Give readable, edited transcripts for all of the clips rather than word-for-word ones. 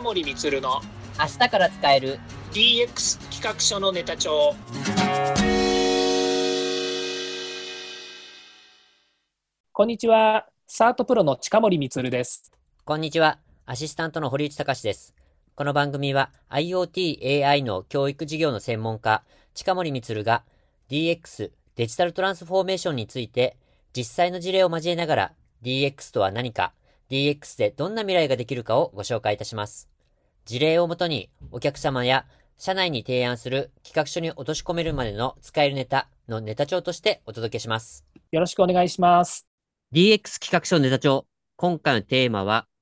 森充の明日から使える DX 企画書のネタ帳。こんにちは、サートプロの近森充です。 こんにちは、アシスタントの堀内隆です。この番組は IoT、AI の教育事業の専門家、近森充が DX、デジタルトランスフォーメーションについて実際の事例を交えながら DX とは何か、DX でどんな未来ができるかをご紹介いたします。事例をもとにお客様や社内に提案する企画書に落とし込めるまでの使えるネタのネタ帳としてお届けします。 よろしくお願いします。 DX 企画書ネタ帳。今回のテーマは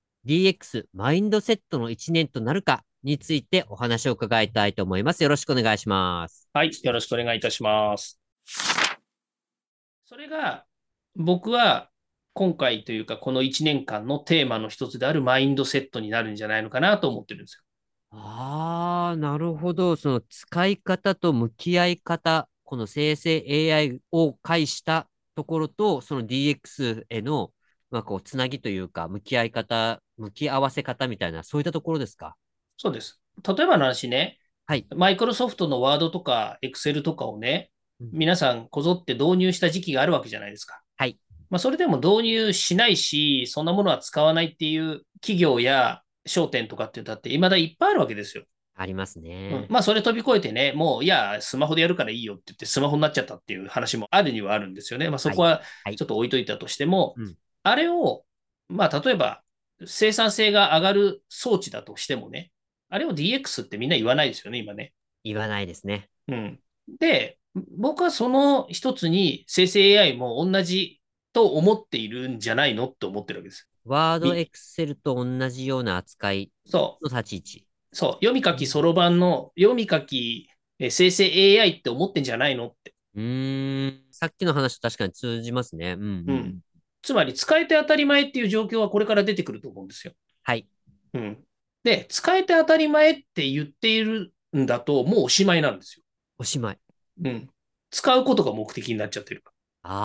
DX マインドセットの1年となるかについてお話を伺いたいと思います。よろしくお願いします。 はい、よろしくお願いいたします。それが僕は今回というかこの1年間のテーマの一つであるマインドセットになるんじゃないのかなと思ってるんですよ。 なるほど。その使い方と向き合い方、この生成 AI を介したところと、その DX への、つなぎというか、向き合い方、向き合わせ方みたいな、そういったところですか？ そうです。例えばの話ね、 はい。 マイクロソフトのワードとかエクセルとかをね、 うん。 皆さんこぞって導入した時期があるわけじゃないですか。 はい。 まあ、それでも導入しないし、そんなものは使わないっていう企業や商店とかって言ったって、未だいっぱいあるわけですよ。 ありますね。 まあ、それ飛び越えてね、もう、いや、スマホでやるからいいよって言って、スマホになっちゃったっていう話もあるにはあるんですよね。まあ、そはい。 こははい。 ちょっと置いといたとしても、 うん。 あれを、まあ、例えば、生産性が上がる装置だとしてもね、あれを DX ってみんな言わないですよね、今ね。 言わないですね。 うん。で、僕はその一つに生成 AI も同じと思っているんじゃないのって思ってるわけです。 ワード、エみクセルと同じような扱いその立ち位置。 そう、読み書きそろばんの読み書き生成 AI って思ってんじゃないのって。 さっきの話と確かに通じますね。うんうんうん。 うん。 つまり、使えて当たり前っていう状況はこれから出てくると思うんですよ。 はい。 うん。で、使えて当たり前って言っているんだと、もうおしまいなんですよ。 おしまい。 うん。使うことが目的になっちゃってるか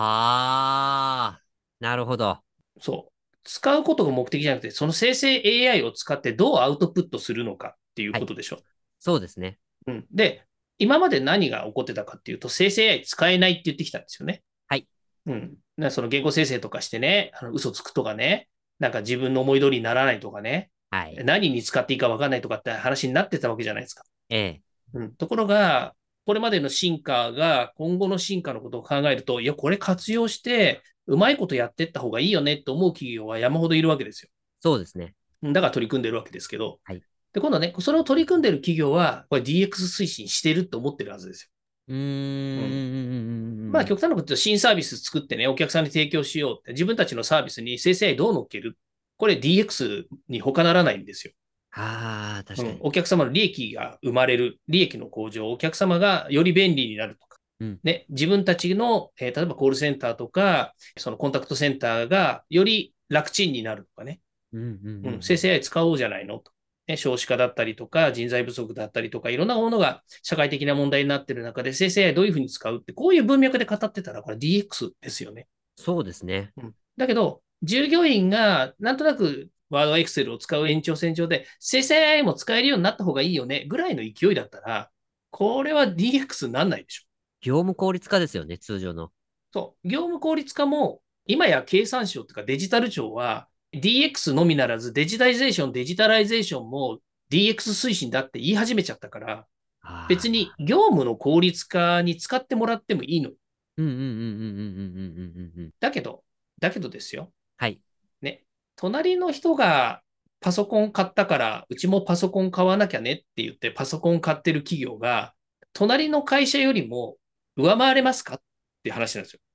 なるほど。 ら。そう。使うことが目的じゃなくて、その生成 AI を使ってどうアウトプットするのかっていうはい。 ことでしょ。 そうですね。 うん。で、今まで何が起こってたかっていうと、生成 AI 使えないって言ってきたんですよね。 はい。 うん。その言語生成とかしてね、嘘つくとかね、なんか自分の思い通りにならないとかね、 はい。 何に使っていいか分かんないとかって話になってたわけじゃないですか。 ええ。 ところが、これまでの進化が今後の進化のことを考えると、いや、これ活用して、うまいことやっていった方がいいよねって思う企業は山ほどいるわけですよ。 そうですね。 だから取り組んでるわけですけど、 はい。 で、今度はね、それを取り組んでる企業は、これ DX 推進してると思ってるはずですうーよ。うん。まあ、 ん。 極端なこと言うと、新サービス作ってね、お客さんに提供しようって、自分たちのサービスに生成 AI どう乗っける、これ DX に他ならないんですよ。 確かに。 お客様の利益が生まれる、利益の向上、お客様がより便利になるとか、 うん。 ね、自分たちの、例えばコールセンターとか、そのコンタクトセンターがより楽ちんになるとかね、 うんうん生成うん AI 使おうじゃないのと。ね、少子化だったりとか、人材不足だったりとか、いろんなものが社会的な問題になっている中で、生成 AI どういうふうに使うって、こういう文脈で語ってたら、これ DX ですよね。 そうですね。 だけど、従業員がなんとなくワードエクセルを使う延長線上で、生成 AI も使えるようになった方がいいよね、ぐらいの勢いだったら、これは DX にならないでしょ。 業務効率化ですよね、通常の。 そう。業務効率化も、今や経産省とかデジタル庁は、DX のみならずデジタイゼーション、デジタライゼーションも DX 推進だって言い始めちゃったから、別にああ。 業務の効率化に使ってもらってもいいの。 うんうんうんうんうんうんうんうんうん。 だけど、だけどですよ。 はい。 ね。隣の人がパソコン買ったから、うちもパソコン買わなきゃねって言ってパソコン買ってる企業が、隣の会社よりも上回れますかっていう話なんですよ。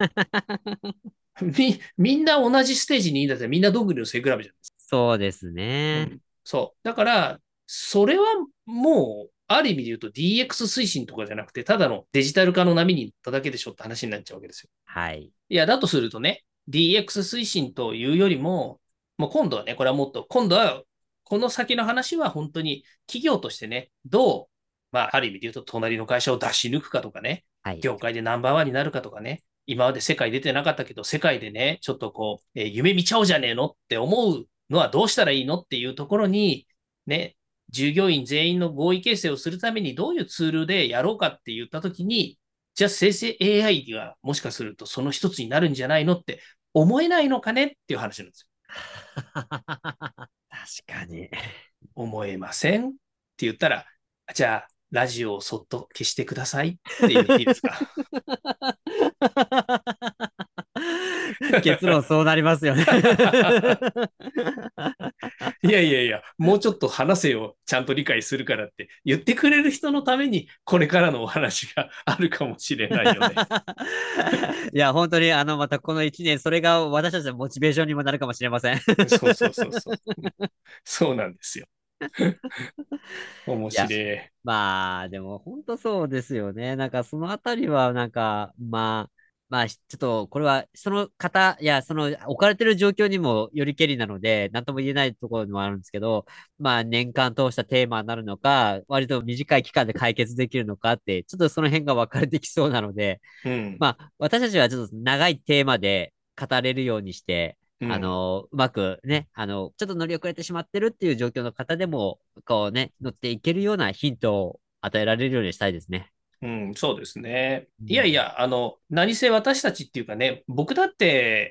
みんな同じステージにいいんだったらみんなどんぐりの背比べじゃないですか。 そうですね。 そう。だから、それはもう、ある意味で言うと DX 推進とかじゃなくて、ただのデジタル化の波に乗っただけでしょって話になっちゃうわけですよ。 はい。 いや、だとするとね、DX 推進というよりも、もう今度はね、これはもっと、今度は、この先の話は本当に企業としてね、どう、まあ、ある意味で言うと、隣の会社を出し抜くかとかね、 はい。 業界でナンバーワンになるかとかね、今まで世界出てなかったけど、世界でね、ちょっとこう、夢見ちゃおうじゃねえのって思うのはどうしたらいいのっていうところに、 ね、従業員全員の合意形成をするためにどういうツールでやろうかって言ったときに、じゃあ生成 AI がもしかするとその一つになるんじゃないのって思えないのかねっていう話なんですよ。 確かに。 思えませんって言ったら、じゃあラジオをそっと消してくださいって言っていいですか？ 結論そうなりますよね。 いやいやいや、もうちょっと話せよ、ちゃんと理解するからって言ってくれる人のために、これからのお話があるかもしれないよね。 いや、本当に、またこの一年、それが私たちのモチベーションにもなるかもしれません。 そうそうそうそう。そうなんですよ。面いや、 白い。 まあ、でも本当そうですよね。なんかそのあたりは、ちょっとこれはその方、いや、その置かれてる状況にもよりけりなので、なんとも言えないところでもあるんですけど、まあ年間通したテーマになるのか、割と短い期間で解決できるのかって、ちょっとその辺が分かれてきそうなので、 うん、 まあ私たちはちょっと長いテーマで語れるようにして、 うん、 うまくね、ちょっと乗り遅れてしまってるっていう状況の方でも、こうね、乗っていけるようなヒントを与えられるようにしたいですね。 うん、そうですね。 うん。 いやいや、何せ私たちっていうかね、僕だって、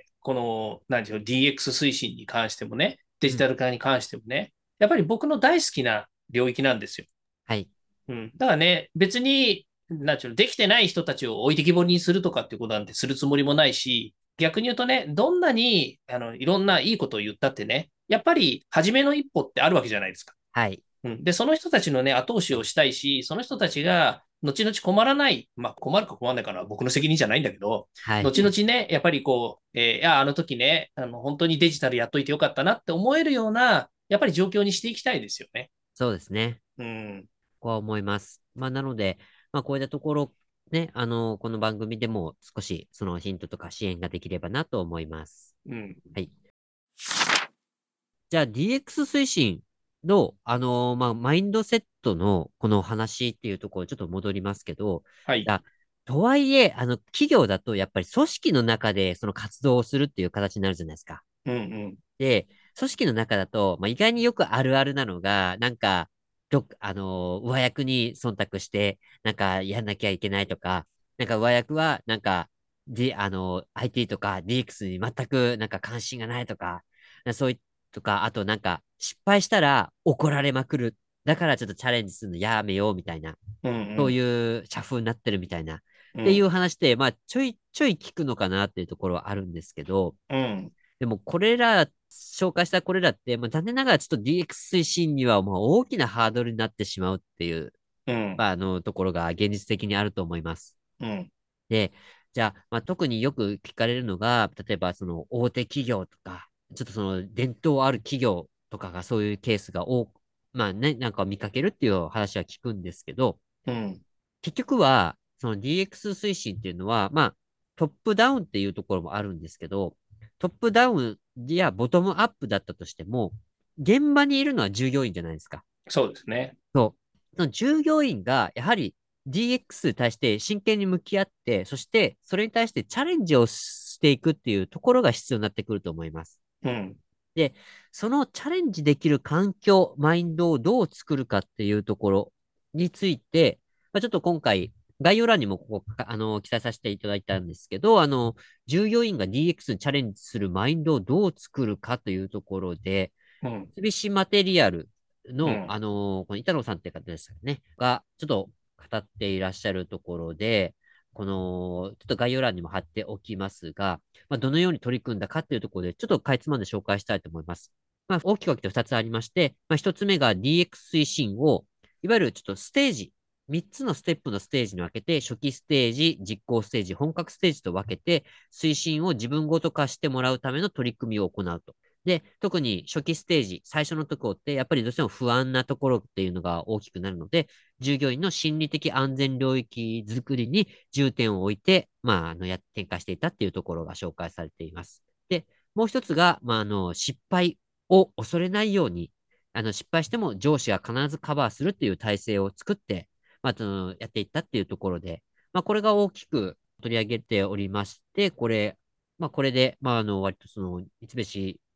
この、何でしょう、DX 推進に関してもね、デうん。 ジタル化に関してもね、やっぱり僕の大好きな領域なんですよ。 はい。 うん。だからね、別に、なんちゅうの、できてない人たちを置いてきぼりにするとかっていうことなんてするつもりもないし、逆に言うとね、どんなに、いろんないいことを言ったってね、やっぱり、初めの一歩ってあるわけじゃないですか。 はい。 うん。で、その人たちのね、後押しをしたいし、その人たちが、後々困らない、まあ、困るか困らないかな、僕の責任じゃないんだけど、 はい。 後々ね、やっぱりこう、いや、あの時ね、本当にデジタルやっといてよかったなって思えるような、やっぱり状況にしていきたいですよね。 そうですね。 うん。 ここは思います。まあ、なので、まあ、こういったところ、ね、この番組でも少しそのヒントとか支援ができればなと思います。 うん。 はい。じゃあ DX 推進の、マインドセットのこの話っていうところちょっと戻りますけど、 はい。 じゃあとはいえ、企業だとやっぱり組織の中でその活動をするっていう形になるじゃないですか。 うんうん。 で、組織の中だと、まあ、意外によくあるあるなのが、なんか、上役に忖度して、なんかやんなきゃいけないとか、なんか上役は、なんか、IT とか DX に全くなんか関心がないとか、そういとか、あとなんか、失敗したら怒られまくる。だからちょっとチャレンジするのやめようみたいな、 うんそううん。 いう社風になってるみたいな、っていううん。 話で、まあ、ちょいちょい聞くのかなっていうところはあるんですけど、 うん。 でも、これら、紹介したこれらって、まあ、残念ながらちょっと DX 推進にはもう大きなハードルになってしまうっていう、 うん。 ところが現実的にあると思います。 うん。 で、じゃあ、まあ、特によく聞かれるのが、例えばその大手企業とか、ちょっとその伝統ある企業とかがそういうケースがまあね、なんか見かけるっていう話は聞くんですけど、 うん。 結局は、その DX 推進っていうのは、まあ、トップダウンっていうところもあるんですけど、トップダウンやボトムアップだったとしても、現場にいるのは従業員じゃないですか。 そうですね。 そう。その従業員が、やはり DX に対して真剣に向き合って、そしてそれに対してチャレンジをしていくっていうところが必要になってくると思います。 うん。 で、そのチャレンジできる環境、マインドをどう作るかっていうところについて、まあ、ちょっと今回、概要欄にもここ、記載させていただいたんですけど、従業員が DX にチャレンジするマインドをどう作るかというところで、 うん。 三菱マテリアルの、 うん。 この板野さんって方ですよね、が、ちょっと語っていらっしゃるところで、この、ちょっと概要欄にも貼っておきますが、まあ、どのように取り組んだかっていうところで、ちょっとかいつまんで紹介したいと思います。まあ、大きく分けて2つありまして、まあ、1つ目が DX 推進を、いわゆるちょっとステージ、3つのステップのステージに分けて、初期ステージ、実行ステージ、本格ステージと分けて、推進を自分ごと化してもらうための取り組みを行うと。で、特に初期ステージ、最初のところって、やっぱりどうしても不安なところっていうのが大きくなるので、従業員の心理的安全領域づくりに重点を置いて、展開していたっていうところが紹介されています。で、もう一つが、失敗を恐れないように、失敗しても上司が必ずカバーするっていう体制を作って、やっていったっていうところで、まあ、これが大きく取り上げておりまして、これ、まあ、これで、割とその、三菱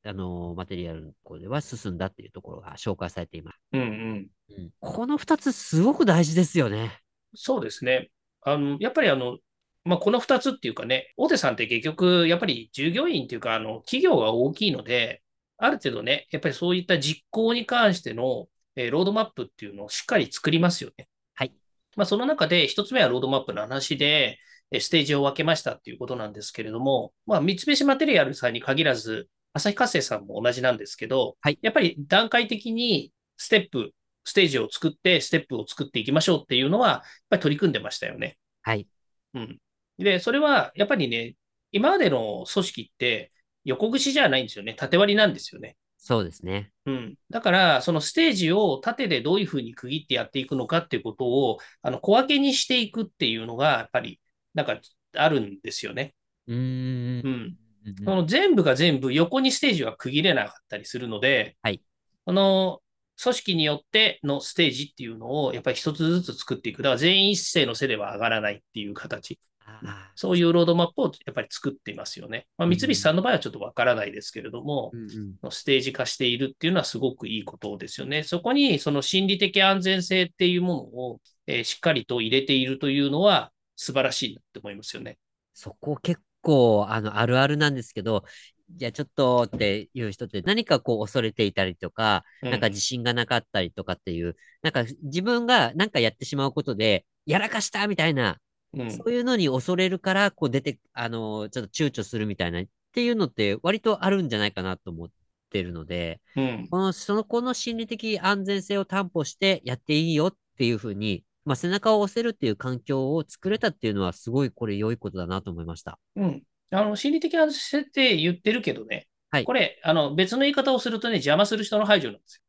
マテリアルのところでは進んだっていうところが紹介されています。 うんうん。 うん、この二つすごく大事ですよね。 そうですね。やっぱりこの2つっていうかね、大手さんって結局、やっぱり従業員っていうか、企業が大きいので、ある程度ね、やっぱりそういった実行に関しての、ロードマップっていうのをしっかり作りますよね。 はい。 その中で一つ目はロードマップの話で、ステージを分けましたっていうことなんですけれども、三菱マテリアルさんに限らず、旭化成さんも同じなんですけど、 はい。 やっぱり段階的にステージを作って、ステップを作っていきましょうっていうのは、やっぱり取り組んでましたよね。 はい。 うん。で、それは、やっぱりね、今までの組織って横串じゃないんですよね。縦割りなんですよね。 そうですね。 うん。だから、そのステージを縦でどういうふうに区切ってやっていくのかっていうことを、小分けにしていくっていうのが、やっぱり、なんか、あるんですよね。 うーん。 うん。 うんうん。 その全部が全部横にステージは区切れなかったりするので、 はい。 この組織によってのステージっていうのを、やっぱり一つずつ作っていく。だから全員一斉の背では上がらないっていう形。 ああ、 そういうロードマップをやっぱり作っていますよね。三菱さうん。 んの場合はちょっとわからないですけれども、 うんうん。 ステージ化しているっていうのはすごくいいことですよね。そこにその心理的安全性っていうものを、しっかりと入れているというのは素晴らしいなって思いますよね。 そこ結構、あるあるなんですけど、いや、ちょっとっていう人って何かこう恐れていたりとか、なんかうん。 自信がなかったりとかっていう、なんか自分がなんかやってしまうことで、やらかしたみたいな、 うん。 そういうのに恐れるから、こう出て、ちょっと躊躇するみたいな、っていうのって割とあるんじゃないかなと思ってるので、 うん。 この心理的安全性を担保してやっていいよっていうふうに、まあ、背中を押せるっていう環境を作れたっていうのは、すごいこれ良いことだなと思いました。 うん。心理的安全性って言ってるけどね、 はい。 これ、別の言い方をするとね、邪魔する人の排除なんです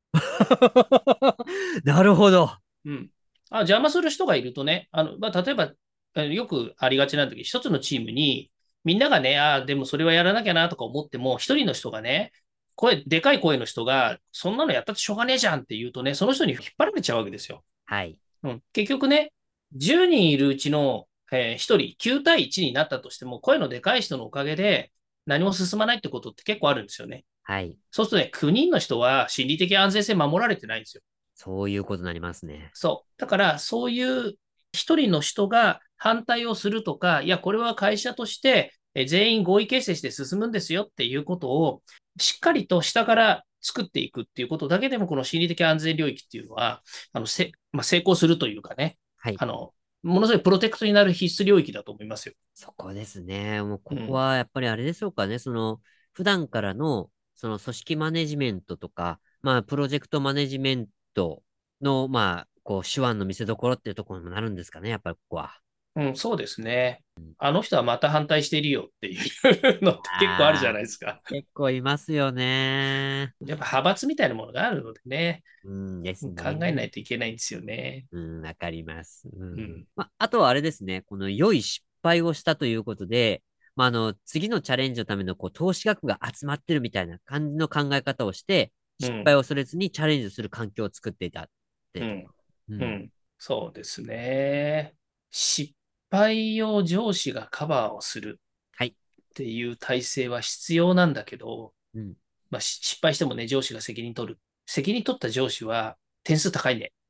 なるほど。 よ。うん。邪魔する人がいるとね、例えば、よくありがちなんだけど、一つのチームに、みんながね、でもそれはやらなきゃなとか思っても、一人の人がね、でかい声の人が、そんなのやったってしょうがねえじゃんって言うとね、その人に引っ張られちゃうわけですよ。 はい。 うん。結局ね、10人いるうちの、1人、9対1になったとしても、声のでかい人のおかげで何も進まないってことって結構あるんですよね。 はい。 そうするとね、9人の人は心理的安全性守られてないんですよ。 そういうことになりますね。 そう。だから、そういう一人の人が反対をするとか、いや、これは会社として全員合意形成して進むんですよっていうことを、しっかりと下から作っていくっていうことだけでも、この心理的安全領域っていうのは、成功するというかね、 はい。 あの、ものすごいプロテクトになる必須領域だと思いますよ。 そこですね。もうここうん。 はやっぱりあれでしょうかね。普段からの、組織マネジメントとか、まあ、プロジェクトマネジメントの、まあ、こう、手腕の見せ所っていうところにもなるんですかね。やっぱりここは。 うん、そうですね。あの人はまた反対しているよっていうのって結構あるじゃああ、 ないですか。 結構いますよね。 やっぱ派閥みたいなものがあるのでね、 うんです考えなね。 いといけないんですよね。 うん、わかります。うん。 うん。 まあ、あとはあれですね。この良い失敗をしたということで、まあ、次のチャレンジのためのこう投資額が集まってるみたいな感じの考え方をして、失敗うん。 を恐れずにチャレンジする環境を作っていたっていうとこうん。 ろ。うん。 うん。そうですね。失敗を上司がカバーをするはい。 っていう体制は必要なんだけど、 うん。 失敗してもね、上司が責任取る。責任取った上司は点数高いね。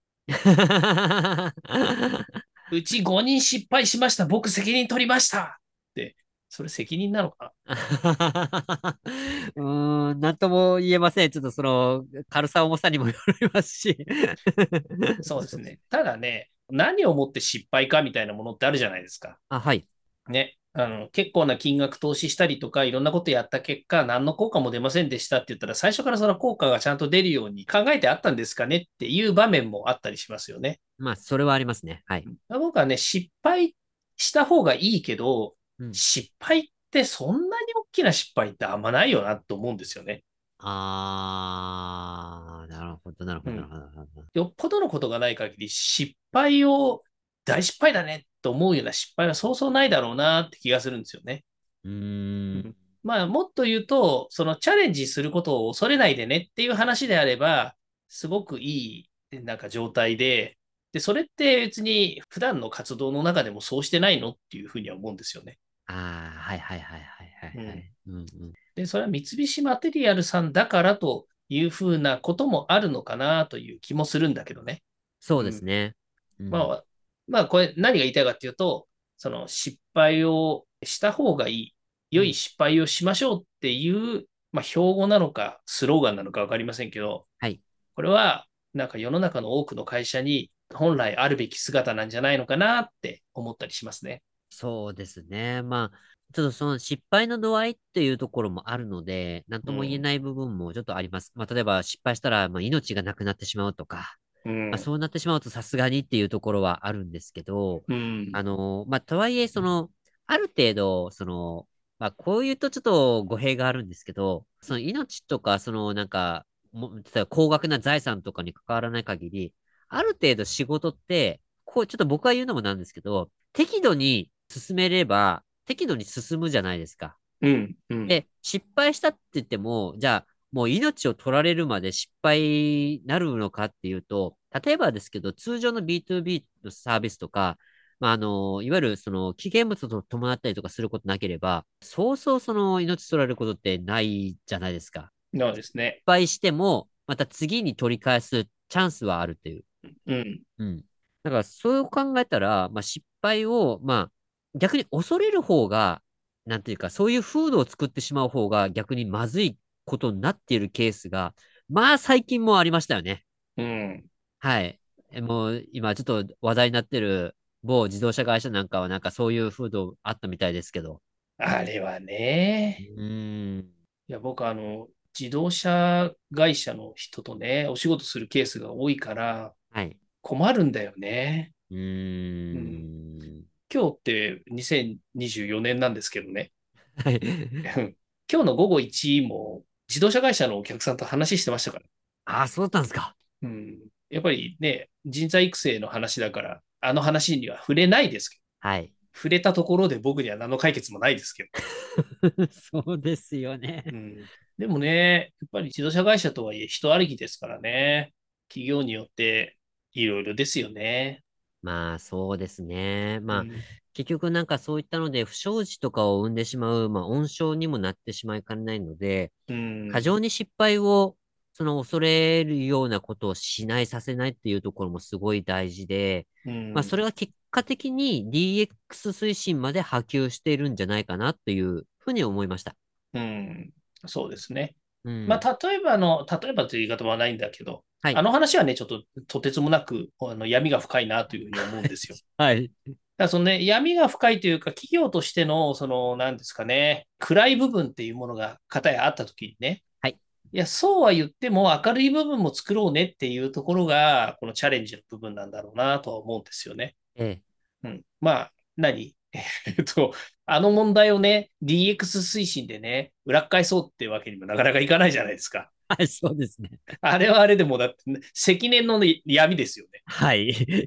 うち5人失敗しました。僕責任取りました。って、それ責任なのかうーん、なんとも言えません。ちょっと軽さ重さにもよりますし。 そうですね。ただね、何をもって失敗かみたいなものってあるじゃないですか。 あ、はい。 ね。結構な金額投資したりとか、いろんなことやった結果、何の効果も出ませんでしたって言ったら、最初からその効果がちゃんと出るように考えてあったんですかねっていう場面もあったりしますよね。 まあ、それはありますね。はい。 僕はね、失敗した方がいいけど、 うん。 失敗ってそんなに大きな失敗ってあんまないよなと思うんですよね。 あー、なるほど、なるほど、なうん。 るほど。なるほど。 よっぽどのことがない限り、失敗を大失敗だねと思うような失敗はそうそうないだろうなって気がするんですよね。 うーん。 うん。もっと言うと、そのチャレンジすることを恐れないでねっていう話であれば、すごくいい、なんか状態で、それって別に普段の活動の中でもそうしてないのっていうふうには思うんですよね。 ああ、はいはいはいはいはいはうん。 い。うんうん。 で、それは三菱マテリアルさんだからというふうなこともあるのかなという気もするんだけどね。 そううん。 ですね。うん。 まあ、まあ、これ何が言いたいかっていうと、その失敗をした方がいい、良いうん。 失敗をしましょうっていう、まあ、標語なのか、スローガンなのか分かりませんけど、 はい。 これは、なんか世の中の多くの会社に本来あるべき姿なんじゃないのかなって思ったりしますね。 そうですね。まあ、ちょっとその失敗の度合いっていうところもあるので、なんとも言えうん。 ない部分もちょっとあります。まあ、例えば失敗したら、まあ、命がなくなってしまうとか、まあ、 うん。 そうなってしまうとさすがにっていうところはあるんですけど、 うん。 まあ、とはいえ、ある程度、まあ、こう言うとちょっと語弊があるんですけど、その命とか、例えば高額な財産とかに関わらない限り、ある程度仕事って、こう、ちょっと僕が言うのもなんですけど、適度に進めれば、適度に進むじゃないですか。 うん。うん。 で、失敗したって言っても、じゃあ、もう命を取られるまで失敗になるのかっていうと、例えばですけど、通常の B2B のサービスとか、まあ、いわゆる危険物と伴ったりとかすることなければ、そうそう命取られることってないじゃないですか。 そうですね。 失敗しても、また次に取り返すチャンスはあるっていう。 うん。 うん。だからそう考えたら、まあ、失敗を、まあ、逆に恐れる方が、なんていうか、そういう風土を作ってしまう方が逆にまずいことになっているケースが、まあ最近もありましたよね。 うん。 はい。もう今ちょっと話題になってる某自動車会社なんかはなんかそういう風土あったみたいですけど。 あれはね。 うーん。 いや、僕、自動車会社の人とね、お仕事するケースが多いからはい。 困るんだよね。 ううん。 ーん。 今日って2024年なんですけどね。 はい。 うん今日の午後1も自動車会社のお客さんと話してましたから。 ああ、そうだったんですか。 うん。やっぱりね、人材育成の話だから、あの話には触れないですけど、 はい。 触れたところで僕には何の解決もないですけど。 そうですよね。 うん。でもね、やっぱり自動車会社とはいえ人ありきですからね。企業によっていろいろですよね。 まあ、そうですね。まあ、 うん。 結局なんかそういったので、不祥事とかを生んでしまう、まあ、温床にもなってしまいかねないので、 う過ん。 剰に失敗を、恐れるようなことをしない、させないっていうところもすごい大事で、まあ、そうん。 れが結果的に DX 推進まで波及しているんじゃないかなっていうふうに思いました。 うん。そうですね。まうん。 あ、例えばという言い方はないんだけど、 はい。 あの話はね、ちょっととてつもなく闇が深いなというふうに思うんですよ。 はい。 だからそのね、闇が深いというか、企業としての、なんですかね、暗い部分っていうものが、片やあったときにね、 はい。 いや、そうは言っても明るい部分も作ろうねっていうところが、このチャレンジの部分なんだろうなとは思うんですよね。 ええ。 うん。まあ、何あの問題をね、DX 推進でね、裏っ返そうってわけにもなかなかいかないじゃないですか。 はい、そうですね。 あれはあれでもだって、ね、積年の、ね、闇ですよね。 はい。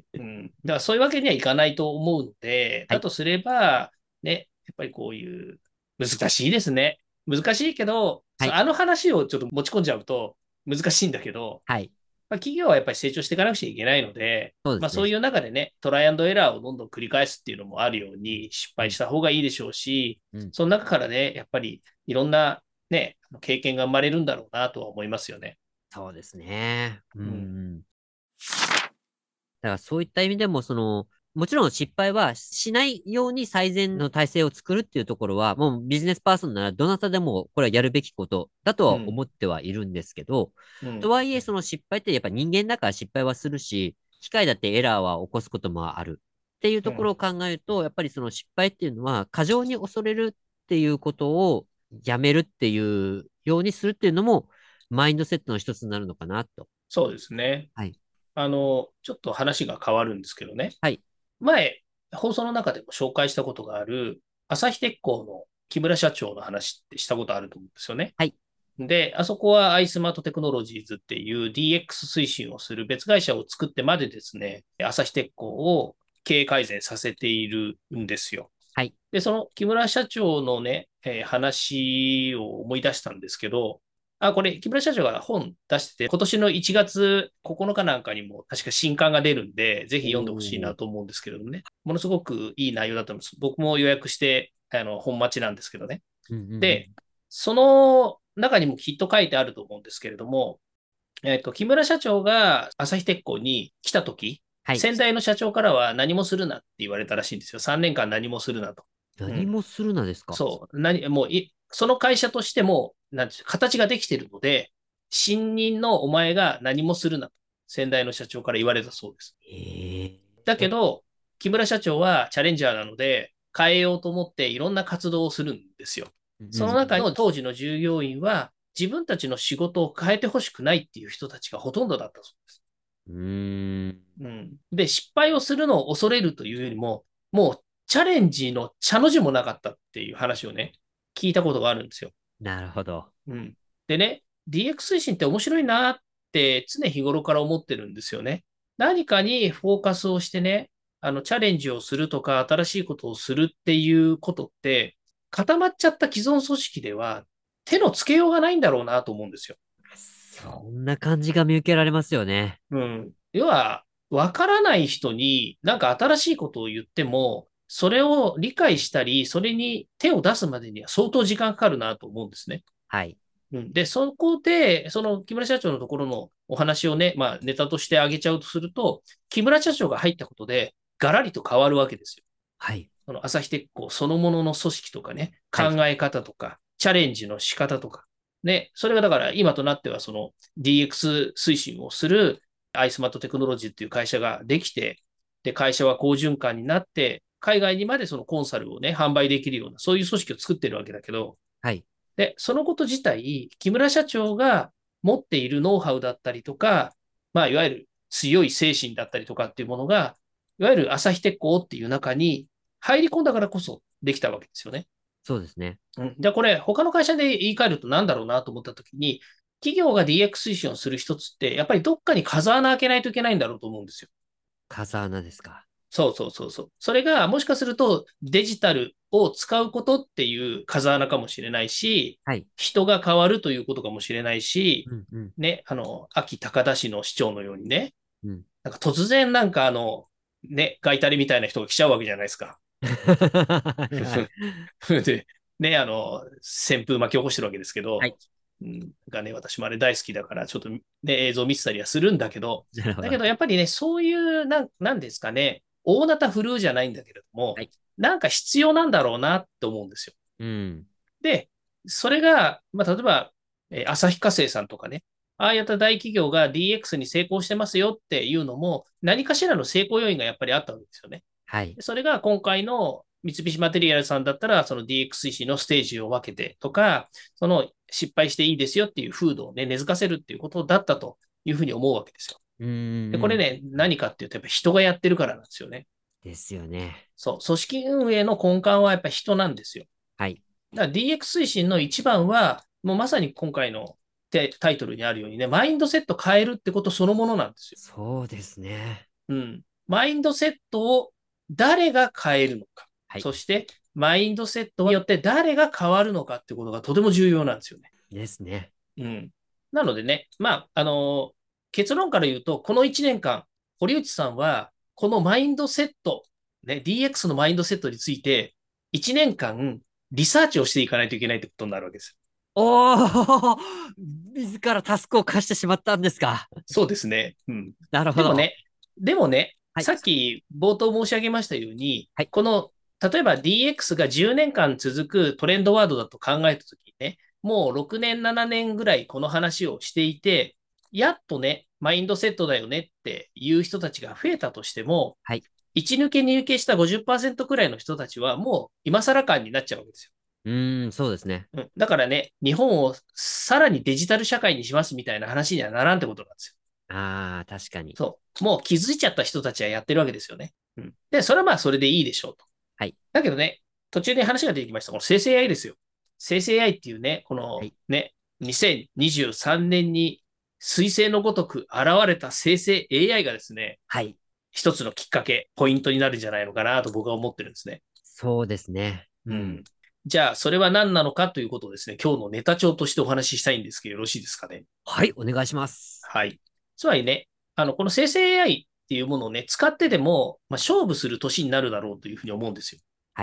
うん。だからそういうわけにはいかないと思うので、 はい。 だとすれば、ね、やっぱりこういう、難しいですね。難しいけど、 はい。 あの話をちょっと持ち込んじゃうと難しいんだけど、 はい。 まあ、企業はやっぱり成長していかなくちゃいけないので、まあ、 そうですね。 そういう中でね、トライアンドエラーをどんどん繰り返すっていうのもあるように、失うん。 敗した方がいいでしょうし、 うん。 その中からね、やっぱりいろんなね、経験が生まれるんだろうなとは思いますよね。 そうですね。ううん。 ん。だからそういった意味でも、もちろん失敗はしないように最善の体制を作るっていうところは、もうビジネスパーソンならどなたでもこれはやるべきことだとうん。 は思ってはいるんですけど、 うん。 とはいえその失敗ってやっぱ人間だから失敗はするし、機械だってエラーは起こすこともあるっていううん。 ところを考えると、やっぱりその失敗っていうのは過剰に恐れるっていうことをやめるっていうようにするっていうのもマインドセットの一つになるのかなと。 そうですね。 はい。 ちょっと話が変わるんですけどね。 はい。 前、放送の中でも紹介したことがある、朝日鉄工の木村社長の話ってしたことあると思うんですよね。 はい。 で、あそこはアイスマートテクノロジーズっていう DX 推進をする別会社を作ってまでですね、朝日鉄工を経営改善させているんですよ。 はい。 で、その木村社長のね、話を思い出したんですけど、あ、これ、木村社長が本出してて、今年の1月9日なんかにも確か新刊が出るんで、ぜひお読んでほしいー。 なと思うんですけれどもね。ものすごくいい内容だと思います。僕も予約して、 本町なんですけどね。 うんうんうん。 で、その中にもきっと書いてあると思うんですけれども、木村社長が朝日鉄工に来た時、 はい。 先代の社長からは何もするなって言われたらしいんですよ。3年間何もするなと。うん。 何もするなですか？ そう。もうその会社としても、なんていう形ができているので、新任のお前が何もするなと。先代の社長から言われたそうです。 えだけえ。 ど、木村社長はチャレンジャーなので、変えようと思っていろんな活動をするんですよ。 うんその中の当時の従業員は、自分たちの仕事を変えてほしくないっていう人たちがほとんどだったそうです。 うん。うーん。 うん。で、失敗をするのを恐れるというよりも、もうチャレンジの茶の字もなかったっていう話をね、聞いたことがあるんですよ。 なるほど。 うん。でね、DX 推進って面白いなって常日頃から思ってるんですよね。何かにフォーカスをしてね、チャレンジをするとか、新しいことをするっていうことって、固まっちゃった既存組織では手のつけようがないんだろうなと思うんですよ。 そんな感じが見受けられますよね。 うん。要は、わからない人になんか新しいことを言っても、それを理解したり、それに手を出すまでには相当時間かかるなと思うんですね。 はい。 うん。で、そこで、その木村社長のところのお話をね、まあネタとしてあげちゃうとすると、木村社長が入ったことで、ガラリと変わるわけですよ。 はい。 その朝日鉄工そのものの組織とかね、考はい。 え方とか、チャレンジの仕方とか。ね、それがだから今となってはその DX 推進をするアイスマットテクノロジーっていう会社ができて、で、会社は好循環になって、海外にまでそのコンサルをね、販売できるような、そういう組織を作ってるわけだけど、 はい。 で、そのこと自体、木村社長が持っているノウハウだったりとか、まあ、いわゆる強い精神だったりとかっていうものが、いわゆる朝日鉄工っていう中に入り込んだからこそできたわけですよね。 そうですね。 うん、じゃあこれ、他の会社で言い換えると何だろうなと思ったときに、企業が DX 推進をする一つって、やっぱりどっかに風穴開けないといけないんだろうと思うんですよ。 風穴ですか？ そうそうそうそう。それがもしかするとデジタルを使うことっていう風穴かもしれないし、 はい。 人が変わるということかもしれないし、 うんうん。 ね、秋高田市の市長のようにね、 うん。 なんか突然なんかね、ガイタレみたいな人が来ちゃうわけじゃないですか。 はいはい。 で、ね、旋風巻き起こしてるわけですけど、 はい。 うん、がね、私もあれ大好きだから、ちょっとね、映像見てたりはするんだけど、 なるほど。 だけどやっぱりね、そういう、なんですかね、大なた振るうじゃないんだけれども、 はい。 なんか必要なんだろうなって思うんですよ。 うん。 で、それが、まあ、例えば、旭化成さんとかね、ああいった大企業が DX に成功してますよっていうのも、何かしらの成功要因がやっぱりあったわけですよね。 はい。 それが今回の三菱マテリアルさんだったら、その DX 推進のステージを分けてとか、その失敗していいですよっていう風土をね、根付かせるっていうことだったというふうに思うわけですよ。 うんうんで、 うん。 これね、何かっていうと、やっぱ人がやってるからなんですよね。 ですよね。 そう、組織運営の根幹はやっぱ人なんですよ。 はい。 だから DX 推進の一番は、もうまさに今回のタイトルにあるようにね、マインドセット変えるってことそのものなんですよ。 そうですね。 うん。マインドセットを誰が変えるのか。 はい。 そして、マインドセットによって誰が変わるのかってことがとても重要なんですよね。 ですね。 うん。なのでね、まあ、結論から言うと、この1年間、堀内さんは、このマインドセット、ね、DX のマインドセットについて、1年間、リサーチをしていかないといけないってことになるわけです。 おー自らタスクを課してしまったんですか？ そうですね。うん。 なるほど。 でもね、でもね、 はい。 さっき冒頭申し上げましたように、 はい。 この、例えば DX が10年間続くトレンドワードだと考えたときにね、もう6年、7年ぐらいこの話をしていて、やっとね、マインドセットだよねっていう人たちが増えたとしても、 はい。 1抜け2抜けした50%くらいの人たちはもう今更感になっちゃうわけですよ。 うーん、そうですね。 うん、だからね、日本をさらにデジタル社会にしますみたいな話にはならんってことなんですよ。 ああ、確かに。 そう。もう気づいちゃった人たちはやってるわけですよね。うん。で、それはまあそれでいいでしょうと。 はい。 だけどね、途中で話が出てきました。この生成 AI ですよ。生成 AI っていうね、このはい。 ね、2023年に彗星のごとく現れた生成 AI がですね、 はい。 一つのきっかけ、ポイントになるんじゃないのかなと僕は思ってるんですね。 そうですね。ううん。 ん。 じゃあ、それは何なのかということをですね、今日のネタ帳としてお話ししたいんですけど、よろしいですかね。 はい、お願いします。 はい。つまりね、この生成 AI っていうものをね、使ってでも、まあ、勝負する年になるだろうというふうに思うんですよ。 はい。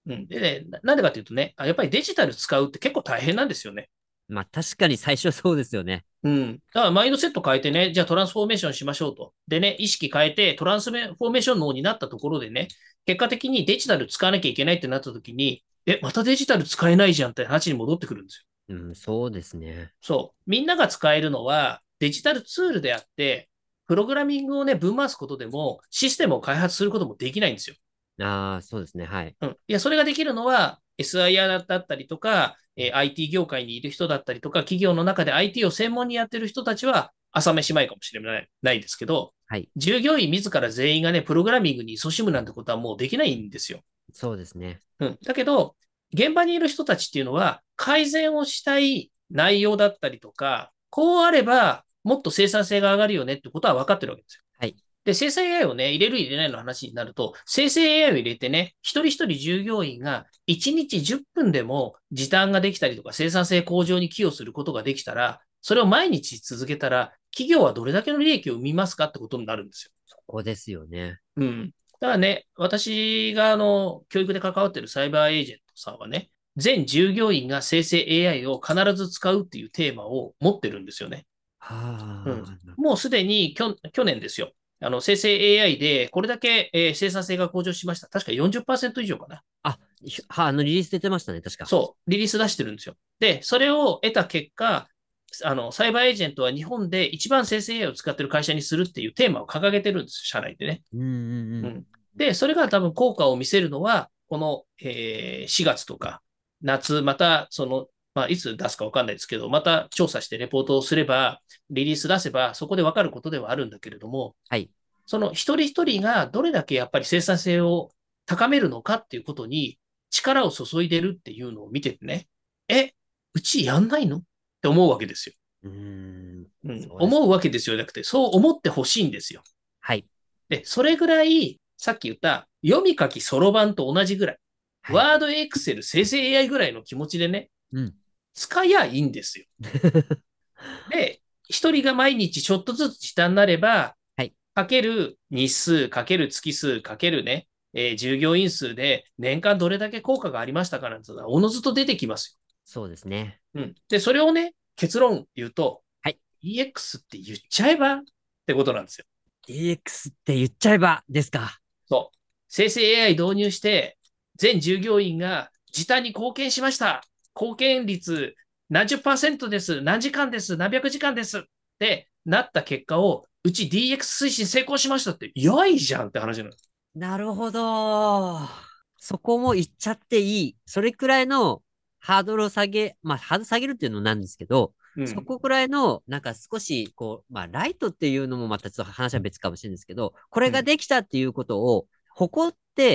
うん。でね、なんでかっていうとね、やっぱりデジタル使うって結構大変なんですよね。 まあ確かに最初そうですよね。 うん。だからマインドセット変えてね、じゃあトランスフォーメーションしましょうと。でね、意識変えてトランスフォーメーション脳になったところでね、結果的にデジタル使わなきゃいけないってなった時に、またデジタル使えないじゃんって話に戻ってくるんですよ。 うん、そうですね。 そう。みんなが使えるのはデジタルツールであって、プログラミングをね、ぶん回すことでも、システムを開発することもできないんですよ。 ああ、そうですね。はい。 うん。いや、それができるのは、SIR だったりとか、IT 業界にいる人だったりとか、企業の中で IT を専門にやってる人たちは、朝飯前かもしれないですけど、 はい。 従業員自ら全員がね、プログラミングに勤しむなんてことはもうできないんですよ。 そうですね。 うん。だけど、現場にいる人たちっていうのは、改善をしたい内容だったりとか、こうあれば、もっと生産性が上がるよねってことは分かってるわけですよ。 はい。 で、生成 AI をね、入れる入れないの話になると、生成 AI を入れてね、一人一人従業員が1日10分でも時短ができたりとか生産性向上に寄与することができたら、それを毎日続けたら、企業はどれだけの利益を生みますかってことになるんですよ。 そこですよね。 うん。だからね、私が教育で関わっているサイバーエージェントさんはね、全従業員が生成 AI を必ず使うっていうテーマを持ってるんですよね。うん。 はあ、 もうすでに去年ですよ。生成 AI でこれだけ、生産性が向上しました。確か40%以上かな。 あ、リリース出てましたね、確か。 そう、リリース出してるんですよ。で、それを得た結果、サイバーエージェントは日本で一番生成 AI を使ってる会社にするっていうテーマを掲げてるんですよ、社内でね。 うんうんうん。 うん。で、それが多分効果を見せるのは、この、4月とか、夏、また、まあ、いつ出すかわかんないですけど、また調査してレポートをすれば、リリース出せば、そこでわかることではあるんだけれども、 はい。 その一人一人がどれだけやっぱり生産性を高めるのかっていうことに力を注いでるっていうのを見ててね、うちやんないのって思うわけですよ。 うーん。 うん、 そうです。 思うわけですよ。じゃなくて、そう思ってほしいんですよ。 はい。 で、それぐらい、さっき言った読み書きそろばんと同じぐらい、 はい。 ワード、エクセル、生成 AI ぐらいの気持ちでね、 うん。 使いやいいんですよ。で、一人が毎日ちょっとずつ時短になれば、 はい。 かける日数、かける月数、かけるね、従業員数で年間どれだけ効果がありましたかなんてのは、おのずと出てきますそうですね。 よ。うん。で、それをね、結論言うと、 はい。 EX って言っちゃえばってことなんですよ。 DX って言っちゃえばですか。 そう。生成 AI 導入して、全従業員が時短に貢献しました。貢献率何十パーセントです。何時間です。何百時間です。ってなった結果を、うち DX 推進成功しましたって、やいじゃんって話なの。 なるほど。そこも言っちゃっていい。それくらいのハードルを下げ、まあ、ハードル下げるっていうのなんですけど、 うん。 そこくらいの、なんか少し、こう、まあ、ライトっていうのもまたちょっと話は別かもしれないんですけど、これがうん。 できたっていうことを、誇って、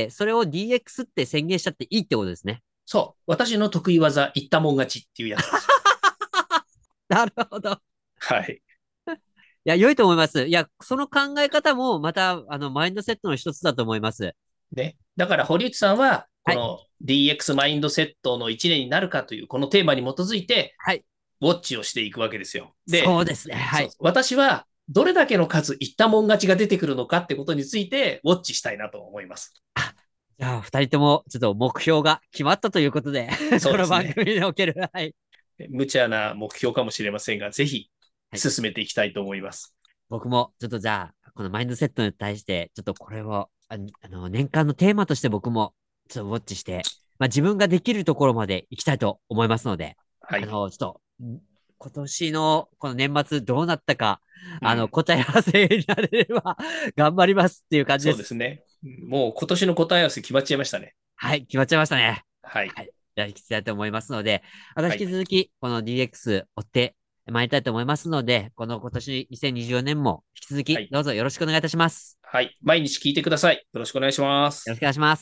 それを DX って宣言しちゃっていいってことですね。 そう。私の得意技、言ったもん勝ちっていうやつですよ。 なるほど。 はい。 いや、良いと思います。いや、その考え方も、また、マインドセットの一つだと思います。 ね。だから、堀内さんは、こはい。 の DX マインドセットの1年になるかという、このテーマに基づいて、 はい。 ウォッチをしていくわけですよ。で、 そうですね。はそう、 い。 私はどれだけの数言ったもん勝ちが出てくるのかってことについてウォッチしたいなと思います。 じゃあ、二人とも、ちょっと目標が決まったということでこのそうですね。 番組における、はい。 無茶な目標かもしれませんが、ぜひはい。 進めていきたいと思います。 僕も、ちょっとじゃあ、このマインドセットに対して、ちょっとこれを、年間のテーマとして僕も、ちょっとウォッチして、まあ、自分ができるところまで行きたいと思いますので、 はい。 ちょっと、今年のこの年末どうなったか、 うん。 答え合わせになれれば頑張りますっていう感じでそうですす。 ね。もう今年の答え合わせ決まっちゃいましたね。 はい、決まっちゃいましたね。 はい。 はい。じゃあ、引きたいと思いますので、また引はい。 き続き、この DX 追ってまいりたいと思いますので、この今年2024年も引き続き、 はい。 どうぞよろしくお願いいたします。 はい。毎日聞いてください。よろしくお願いします。 よろしくお願いします。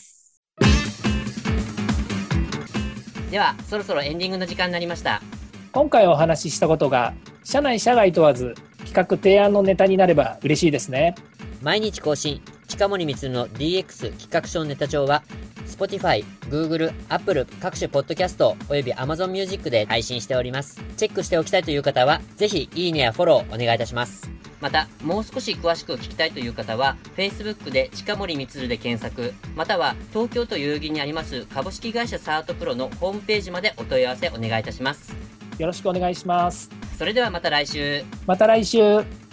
では、そろそろエンディングの時間になりました。 今回お話ししたことが社内社外問わず企画提案のネタになれば嬉しいですね。 毎日更新、近森光の DX 企画書ネタ帳は、Spotify、Google、Apple 各種ポッドキャストおよび Amazon Music で配信しております。チェックしておきたいという方は、ぜひいいねやフォローお願いいたします。 また、もう少し詳しく聞きたいという方は、Facebook で近森光で検索、または東京都代々木にあります株式会社サートプロのホームページまでお問い合わせお願いいたします。 よろしくお願いします。 それではまた来週。 また来週。